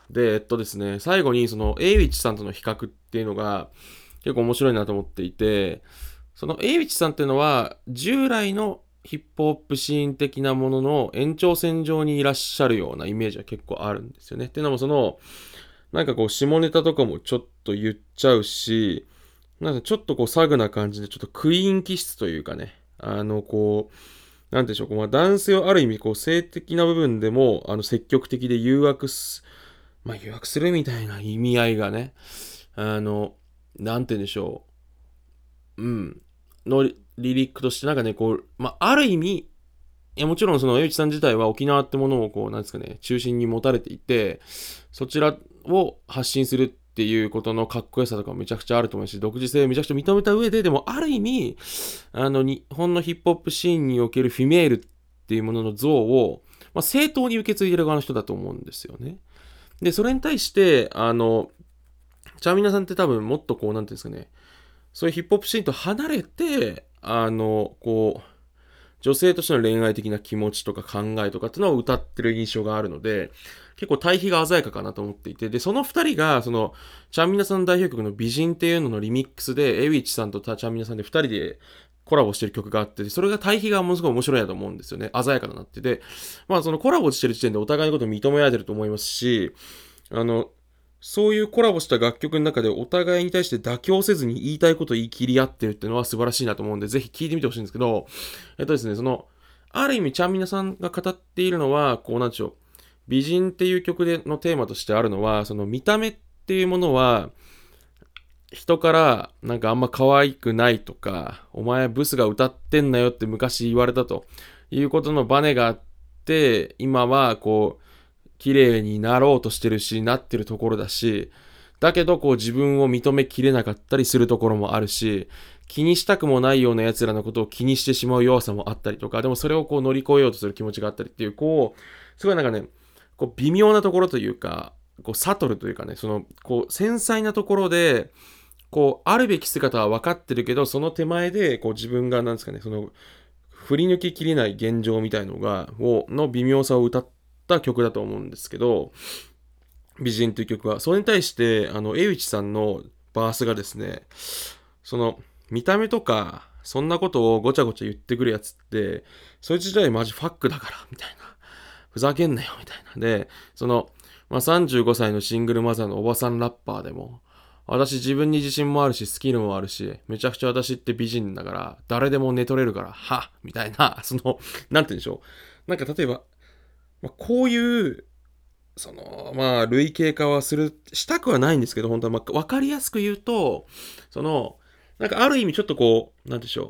で、ですね、最後にその、エイウィッチさんとの比較っていうのが結構面白いなと思っていて、その、エイウィッチさんっていうのは、従来のヒップホップシーン的なものの延長線上にいらっしゃるようなイメージは結構あるんですよね。っていうのもその、なんかこう、下ネタとかもちょっと言っちゃうし、なんかちょっとこう、サグな感じで、ちょっとクイーン気質というかね、こう、なんていうんでしょう、まあ、男性をある意味、こう、性的な部分でも、積極的で誘惑するみたいな意味合いがね、なんて言うんでしょう、のリリックとして、なんかね、こう、まあ、ある意味、いや、もちろんその、江内さん自体は沖縄ってものをこう、なんですかね、中心に持たれていて、そちらを発信するっていうことのかっこよさとかもめちゃくちゃあると思うし、独自性をめちゃくちゃ認めた上で、でもある意味、日本のヒップホップシーンにおけるフィメールっていうものの像を、まあ、正当に受け継いでる側の人だと思うんですよね。で、それに対して、チャーミナさんって多分もっとこう、なんていうんですかね、そういうヒップホップシーンと離れて、こう、女性としての恋愛的な気持ちとか考えとかっていうのを歌ってる印象があるので、結構対比が鮮やかかなと思っていて、で、その二人が、その、チャンミナさんの代表曲の美人っていうののリミックスで、エウィッチさんとチャンミナさんで二人でコラボしてる曲があって、それが対比がものすごい面白いなと思うんですよね。鮮やかだなってて。まあ、そのコラボしてる時点でお互いのことを認め合えてると思いますし、あの、そういうコラボした楽曲の中でお互いに対して妥協せずに言いたいことを言い切り合ってるっていうのは素晴らしいなと思うんで、ぜひ聞いてみてほしいんですけど、ですね、その、ある意味、ちゃんみなさんが語っているのは、こうなんでしょう、美人っていう曲でのテーマとしてあるのは、その見た目っていうものは、人からなんかあんま可愛くないとか、お前ブスが歌ってんなよって昔言われたということのバネがあって、今はこう、綺麗になろうとしてるし、なってるところだし、だけどこう自分を認めきれなかったりするところもあるし、気にしたくもないような奴らのことを気にしてしまう弱さもあったりとか、でもそれをこう乗り越えようとする気持ちがあったりっていう、こう、すごいなんかね、こう微妙なところというか、こう悟るというかね、その、こう繊細なところで、こう、あるべき姿は分かってるけど、その手前で、こう自分がなんですかね、その、振り抜ききれない現状みたいのが、の微妙さを歌った曲だと思うんですけど、美人という曲は。それに対して、江内さんのバースがですね、その、見た目とか、そんなことをごちゃごちゃ言ってくるやつって、そいつ自体マジファックだから、みたいな。ふざけんなよ、みたいな。で、その、まあ、35歳のシングルマザーのおばさんラッパーでも、私自分に自信もあるし、スキルもあるし、めちゃくちゃ私って美人だから、誰でも寝取れるから、はみたいな、その、なんて言うんでしょう。なんか例えば、まあ、こういう、その、まあ、類型化はしたくはないんですけど、本当は、まあ、わかりやすく言うと、その、なんかある意味ちょっとこう、なんでしょ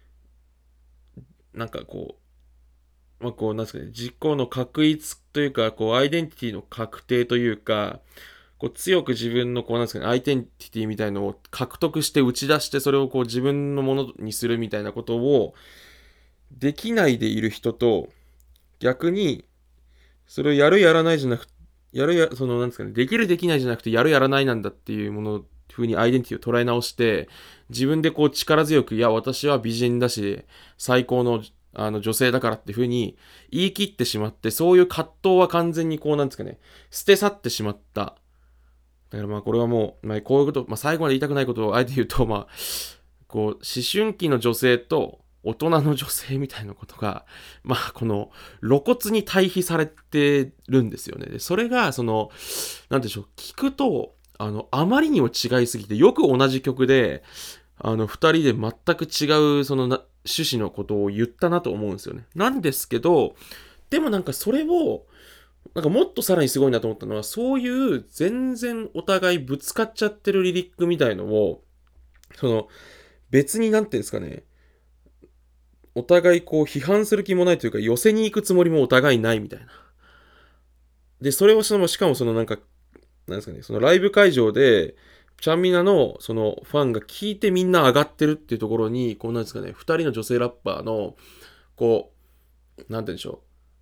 う。なんかこまあ、こう、なんですかね、自己の確一というか、こう、アイデンティティの確定というか、こう、強く自分の、こう、なんですかね、アイデンティティみたいのを獲得して打ち出して、それをこう、自分のものにするみたいなことを、できないでいる人と、逆に、それをやるやらないじゃなくて、その、なんですかね、できるできないじゃなくて、やるやらないなんだっていうもの、風にアイデンティティを捉え直して、自分でこう力強く、いや、私は美人だし、最高の女性だからっていう風に言い切ってしまって、そういう葛藤は完全にこうなんですかね、捨て去ってしまった。だからまあこれはもう、まあこういうこと、まあ最後まで言いたくないことをあえて言うと、まあ、こう、思春期の女性と大人の女性みたいなことが、まあこの露骨に対比されてるんですよね。で、それが、その、なんでしょう、聞くと、あまりにも違いすぎて、よく同じ曲で、二人で全く違う、その趣旨のことを言ったなと思うんですよね。なんですけど、でもなんかそれを、なんかもっとさらにすごいなと思ったのは、そういう全然お互いぶつかっちゃってるリリックみたいのを、その、別になんていうんですかね、お互いこう批判する気もないというか、寄せに行くつもりもお互いないみたいな。で、それをしかもそのなんか、なんですかね、そのライブ会場で、ちゃんみなのそのファンが聞いてみんな上がってるっていうところに、こうなんですかね、二人の女性ラッパーの、こう、なんて言うんでしょう。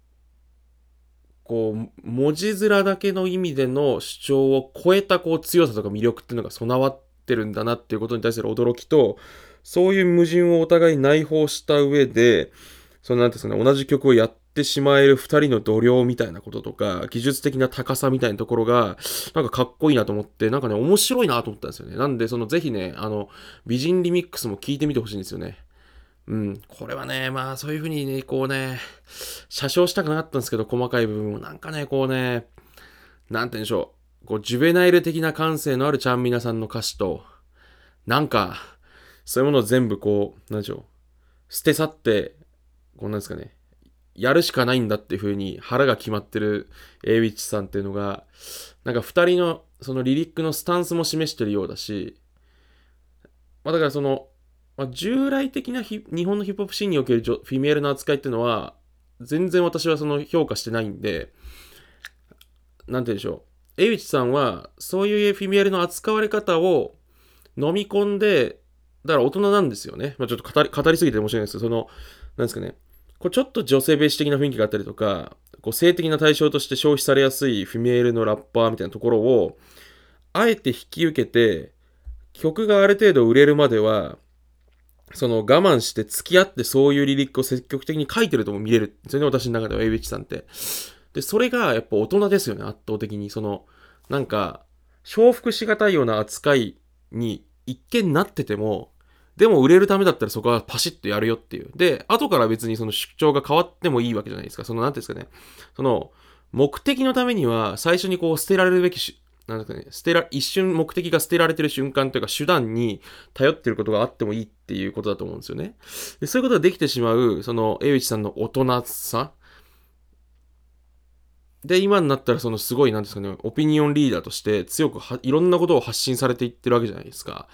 こう、文字面だけの意味での主張を超えたこう強さとか魅力っていうのが備わってるんだなっていうことに対する驚きと、そういう矛盾をお互い内包した上で、 そのなんていうんですかね、同じ曲をやってしまえる二人の度量みたいなこととか、技術的な高さみたいなところが、なんかかっこいいなと思って、なんかね、面白いなと思ったんですよね。なんで、ぜひね、美人リミックスも聞いてみてほしいんですよね。うん。これはね、まあ、そういう風にね、こうね、写真したくなかったんですけど、細かい部分も、なんかね、こうね、なんて言うんでしょう。ジュベナイル的な感性のあるちゃんみなさんの歌詞と、なんか、そういうものを全部なんでしょう。捨て去って、なんですかね、やるしかないんだっていう風に腹が決まってる A ウィッチさんっていうのが、なんか二人のそのリリックのスタンスも示してるようだし、まあだから従来的な日本のヒップホップシーンにおけるフィメールの扱いっていうのは、全然私は評価してないんで、なんて言うんでしょう。エイウィッチさんは、そういうフィメールの扱われ方を飲み込んで、だから大人なんですよね。まあちょっと語りすぎて申し訳ないですけど、なんですかね。ちょっと女性ベース的な雰囲気があったりとか、性的な対象として消費されやすいフィメールのラッパーみたいなところを、あえて引き受けて、曲がある程度売れるまでは、我慢して付き合ってそういうリリックを積極的に書いてるとも見れるんですよね、私の中では、エイビッチさんって。で、それがやっぱ大人ですよね、圧倒的に。なんか、重複しがたいような扱いに一見なってても、でも売れるためだったらそこはパシッとやるよっていう。で、後から別にその主張が変わってもいいわけじゃないですか。なんていうんですかね。目的のためには最初に捨てられるべきなんですかね、一瞬目的が捨てられてる瞬間というか手段に頼ってることがあってもいいっていうことだと思うんですよね。で、そういうことができてしまう、江内さんの大人さ。で、今になったらすごい、なんですかね、オピニオンリーダーとして強くいろんなことを発信されていってるわけじゃないですか。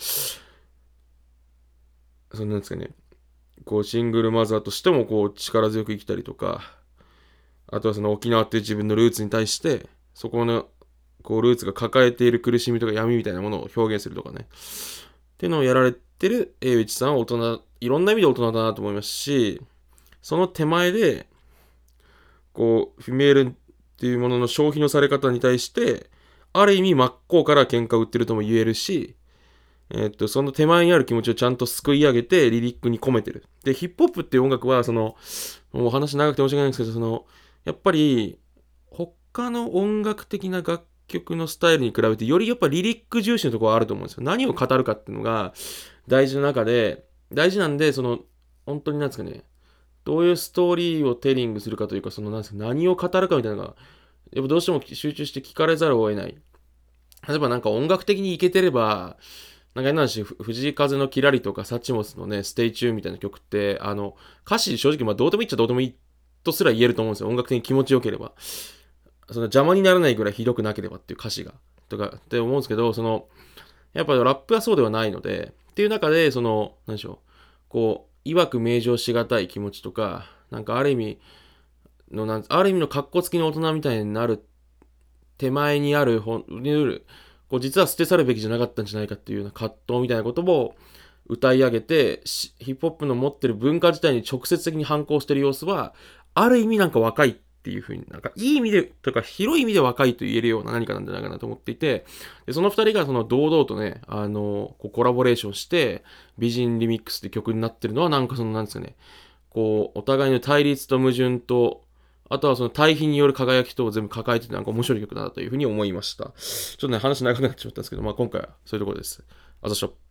なんですかね、シングルマザーとしても力強く生きたりとか、あとは沖縄っていう自分のルーツに対して、そこのルーツが抱えている苦しみとか闇みたいなものを表現するとかね。っていうのをやられてる英一さんは大人、いろんな意味で大人だなと思いますし、その手前で、フィメールっていうものの消費のされ方に対して、ある意味真っ向から喧嘩を売ってるとも言えるし、その手前にある気持ちをちゃんとすくい上げてリリックに込めてる。で、ヒップホップっていう音楽は、もうお話長くて申し訳ないんですけど、やっぱり、他の音楽的な楽曲のスタイルに比べて、よりやっぱリリック重視のところはあると思うんですよ。何を語るかっていうのが大事な中で、大事なんで、本当になんですかね、どういうストーリーをテリングするかというか、なんですか、何を語るかみたいなのが、やっぱどうしても集中して聞かれざるを得ない。例えばなんか音楽的にいけてれば、なんか変な話、藤井風のキラリとかサチモスのね、ステイチューンみたいな曲って、歌詞正直どうでもいいっちゃどうでもいいとすら言えると思うんですよ。音楽的に気持ちよければ。邪魔にならないぐらいひどくなければっていう歌詞が。とかって思うんですけど、やっぱラップはそうではないので、っていう中で、なんでしょう、曰く名状しがたい気持ちとか、なんかある意味の格好つきの大人みたいになる手前にある実は捨て去るべきじゃなかったんじゃないかっていうような葛藤みたいなことを歌い上げて、ヒップホップの持ってる文化自体に直接的に反抗してる様子は、ある意味なんか若いっていう風になんかいい意味で、とか広い意味で若いと言えるような何かなんじゃないかなと思っていて、でその二人が堂々とね、コラボレーションして、美人リミックスって曲になってるのはなんかなんですかね、お互いの対立と矛盾と、あとは対比による輝きとを全部抱えててなんか面白い曲だなというふうに思いました。ちょっとね、話長くなっちゃったんですけど、まあ今回はそういうところです。あざっしょ。